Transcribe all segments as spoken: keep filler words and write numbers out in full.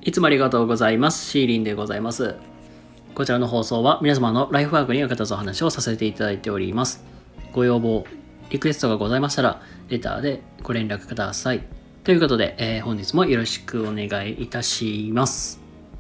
いつもありがとうございます。シーリンでございます。こちらの放送は皆様のライフワークに役立つお話をさせていただいております。ご要望、リクエストがございましたら、レターでご連絡ください。ということで、えー、本日もよろしくお願いいたします。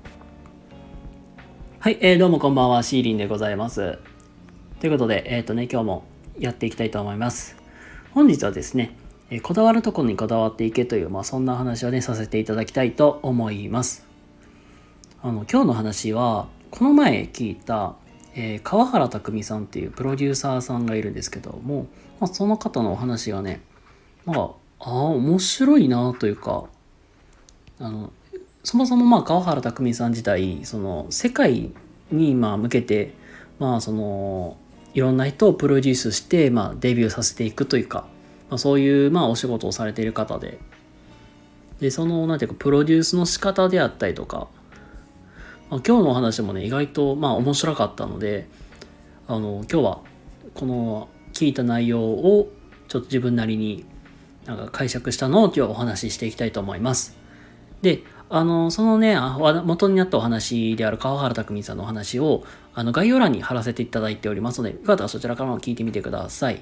はい、えー、どうもこんばんは、シーリンでございます。ということで、えっとね、今日もやっていきたいと思います。本日はですね、えー、こだわるところにこだわっていけという、まあそんな話をね、させていただきたいと思います。あの、今日の話は、この前聞いた、えー、川原拓さんっていうプロデューサーさんがいるんですけども、まあ、その方のお話がね、まあ、ああ、面白いなというか、あの、そもそもまあ川原拓さん自体、その世界にまあ向けて、まあその、いろんな人をプロデュースして、まあデビューさせていくというか、まあ、そういうまあお仕事をされている方で、で、その、なんていうか、プロデュースの仕方であったりとか、まあ、今日のお話もね、意外とまあ面白かったので、あの、今日はこの聞いた内容をちょっと自分なりになんか解釈したのを今日はお話ししていきたいと思います。で、あの、そのね、元になったお話である川原拓さんのお話を、あの、概要欄に貼らせていただいておりますので、よかったらそちらからも聞いてみてください。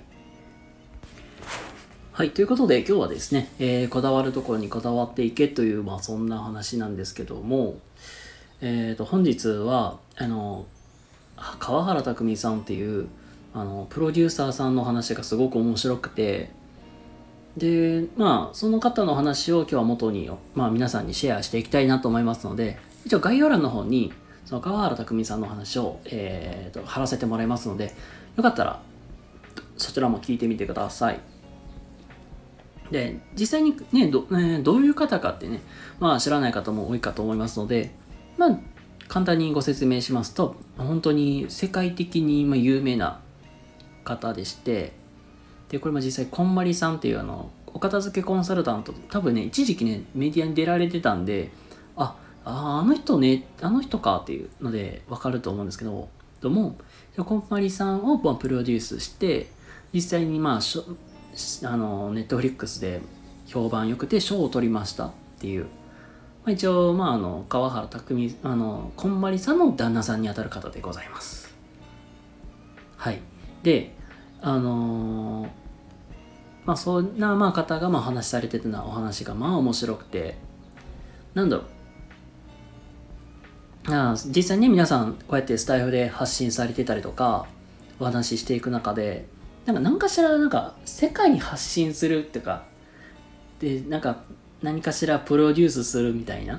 はい、ということで今日はですね、えー、こだわるところにこだわっていけという、まあそんな話なんですけども、えーと、本日は、あの、川原拓さんっていう、あの、プロデューサーさんの話がすごく面白くて、で、まあ、その方の話を今日は元に、まあ皆さんにシェアしていきたいなと思いますので、一応概要欄の方に、その川原拓さんの話を、えーと、貼らせてもらいますので、よかったら、そちらも聞いてみてください。で、実際にね、ど、えー、どういう方かってね、まあ知らない方も多いかと思いますので、まあ、簡単にご説明しますと、本当に世界的に有名な方でして、で、これも実際、こんまりさんっていうあの、お片付けコンサルタント、多分ね、一時期ね、メディアに出られてたんで、あ、あ、あの人ね、あの人かっていうのでわかると思うんですけど、どうも、こんまりさんをプロデュースして、実際にまあ、あのネットフリックスで評判良くて賞を取りましたっていう、まあ、一応まああの川原拓あのこんまりさんの旦那さんにあたる方でございます。はい。で、あのー、まあそんなまあ方がまあ話されてたなお話がまあ面白くて、なんだろう、あ実際に皆さんこうやってスタイフで発信されてたりとかお話ししていく中で、なんか何かしらなんか世界に発信するっていうかで、なんか何かしらプロデュースするみたいな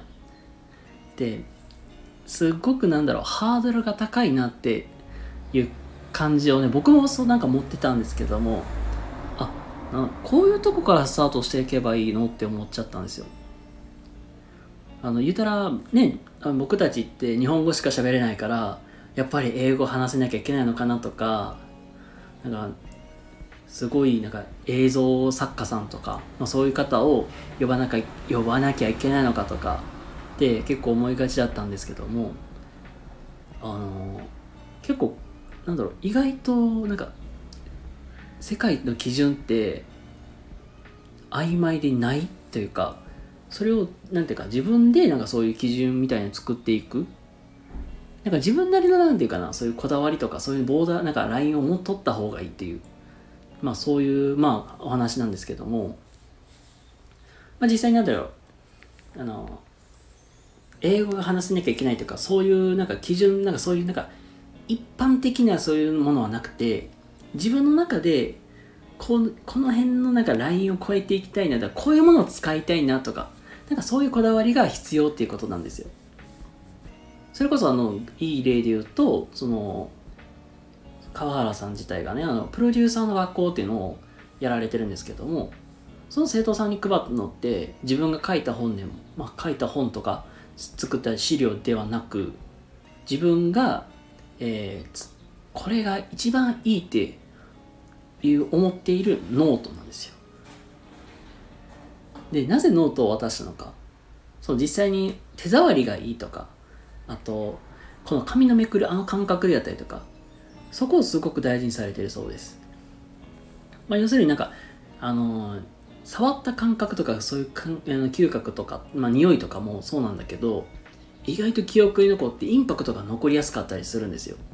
ですっごくなんだろうハードルが高いなっていう感じをね、僕もそうなんか持ってたんですけども、あ、こういうとこからスタートしていけばいいのって思っちゃったんですよ。あの言うたらね、僕たちって日本語しか喋れないからやっぱり英語話せなきゃいけないのかなとか、なんかすごいなんか映像作家さんとか、まあ、そういう方を呼ばなきゃ呼ばなきゃいけないのかとかって結構思いがちだったんですけども、あの結構なんだろう意外となんか世界の基準って曖昧でないというか、それをなんていうか自分でなんかそういう基準みたいに作っていく、なんか自分なりのなんていうかな、そういうこだわりとかそういうボーダーなんかラインを持っとった方がいいっていう、まあそういうまあお話なんですけども、まあ実際になんだろう、あの英語が話せなきゃいけないとかそういうなんか基準、なんかそういうなんか一般的なそういうものはなくて、自分の中でこのこの辺のなんかラインを超えていきたいなとか、こういうものを使いたいなとか、なんかそういうこだわりが必要っていうことなんですよ。それこそあのいい例で言うと、その川原さん自体がね、あのプロデューサーの学校っていうのをやられてるんですけども、その生徒さんに配ったのって自分が書いた本でも、まあ、書いた本とか作った資料ではなく、自分が、えー、これが一番いいっていう思っているノートなんですよ。で、なぜノートを渡したのか、そう実際に手触りがいいとか、あとこの紙のめくるあの感覚であったりとか、そこをすごく大事にされているそうです。まあ、要するになんかあの触った感覚とかそういうかんあの嗅覚とか、まあ、匂いとかもそうなんだけど、意外と記憶に残ってインパクトが残りやすかったりするんですよ。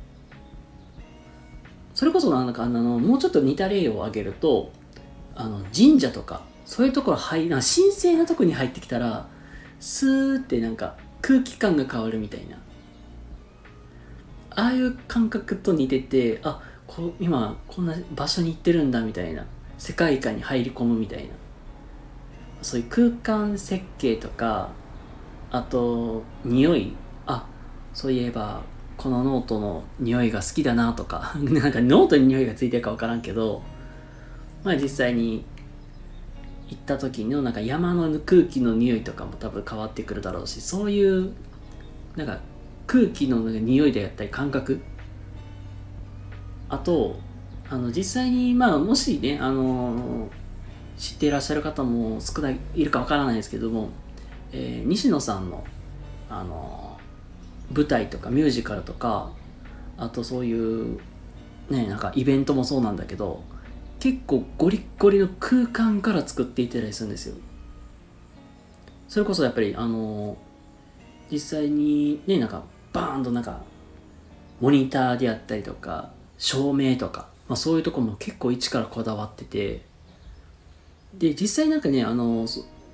それこそなんかあのもうちょっと似た例を挙げると、あの神社とかそういうところ入なんか神聖なとこに入ってきたらスーってなんか空気感が変わるみたいな、ああいう感覚と似てて、あこ今こんな場所に行ってるんだみたいな、世界観に入り込むみたいな、そういう空間設計とか、あと匂い、あそういえばこのノートの匂いが好きだなとかなんかノートに匂いがついてるか分からんけど、まあ実際に行った時のなんか山の空気の匂いとかも多分変わってくるだろうし、そういうなんか空気の匂いであったり感覚、あとあの実際にまあもしねあの知っていらっしゃる方も少ないいるかわからないですけども、えー、西野さんのあの舞台とかミュージカルとか、あとそういうねなんかイベントもそうなんだけど、結構ゴリッゴリの空間から作っていったりするんですよ。それこそやっぱりあの実際にねなんかバーンとなんかモニターであったりとか照明とか、まあ、そういうところも結構一からこだわってて、で実際なんかねあの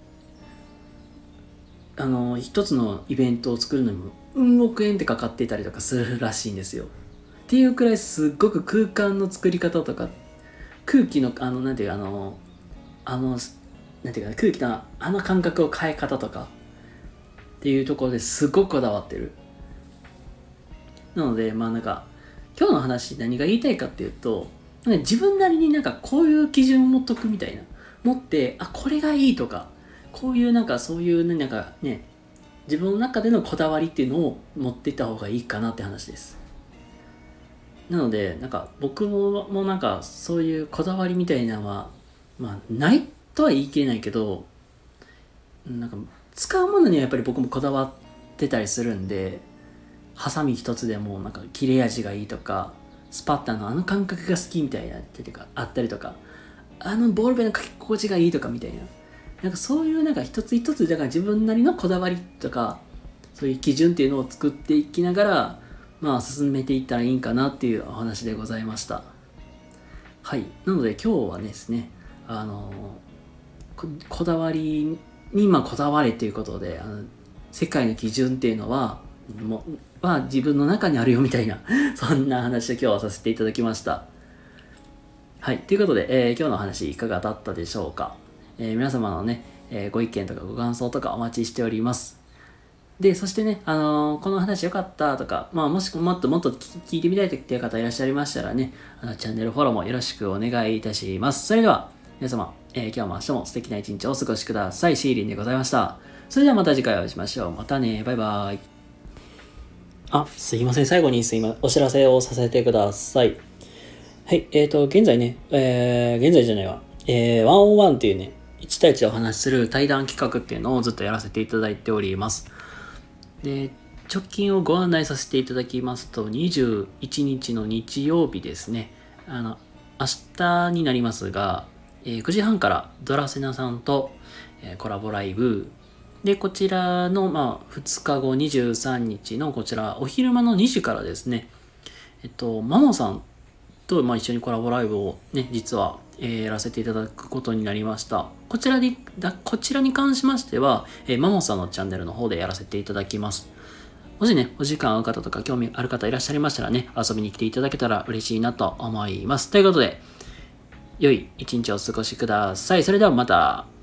あの一つのイベントを作るのにもうん億円ってかかっていたりとかするらしいんですよ。っていうくらいすっごく空間の作り方とか空気のあのなんていうあのあのなんていうか空気のあの感覚を変え方とかっていうところですごくこだわってる。なのでまあなんか今日の話何が言いたいかっていうと、なんか自分なりになんかこういう基準を持っとくみたいな、持ってあこれがいいとか、こういうなんかそういうなんかね自分の中でのこだわりっていうのを持っていった方がいいかなって話です。なのでなんか僕ももなんかそういうこだわりみたいなのはまあないとは言い切れないけど、なんか使うものにはやっぱり僕もこだわってたりするんで、ハサミ一つでもなんか切れ味がいいとか、スパッタのあの感覚が好きみたいなっていうかあったりとか、あのボールペンの書き心地がいいとかみたいな、なんかそういうなんか一つ一つだから自分なりのこだわりとかそういう基準っていうのを作っていきながらまあ進めていったらいいんかなっていうお話でございました。はい、なので今日はですねあの こ, こだわりにまあこだわれということで、あの世界の基準っていうのはもうは自分の中にあるよみたいなそんな話を今日はさせていただきました。はい、ということで、えー、今日の話いかがだったでしょうか。えー、皆様のね、えー、ご意見とかご感想とかお待ちしております。で、そしてね、あのー、この話良かったとか、まあ、もしもっともっと聞いてみたいという方いらっしゃいましたらね、あのチャンネルフォローもよろしくお願いいたします。それでは、皆様、えー、今日も明日も素敵な一日をお過ごしください。シーリンでございました。それではまた次回お会いしましょう。またね、バイバイ。あ、すいません。最後にすいま、お知らせをさせてください。はい、えーと、現在ね、えー、現在じゃないわ、えー、ワンオンワンっていうね、いち対いちでお話しする対談企画っていうのをずっとやらせていただいております。で、直近をご案内させていただきますと、にじゅういちにちの日曜日ですね、あの、明日になりますが、えー、くじはんからドラセナさんと、えー、コラボライブ、で、こちらの、まあ、ふつかご、にじゅうさんにちのこちら、お昼間のにじからですね、えっと、マモさんと、まあ、一緒にコラボライブをね、実は、えー、やらせていただくことになりました。こちらに、だこちらに関しましては、えー、マモさんのチャンネルの方でやらせていただきます。もしね、お時間合う方とか興味ある方いらっしゃいましたらね、遊びに来ていただけたら嬉しいなと思います。ということで、良い一日をお過ごしください。それではまた。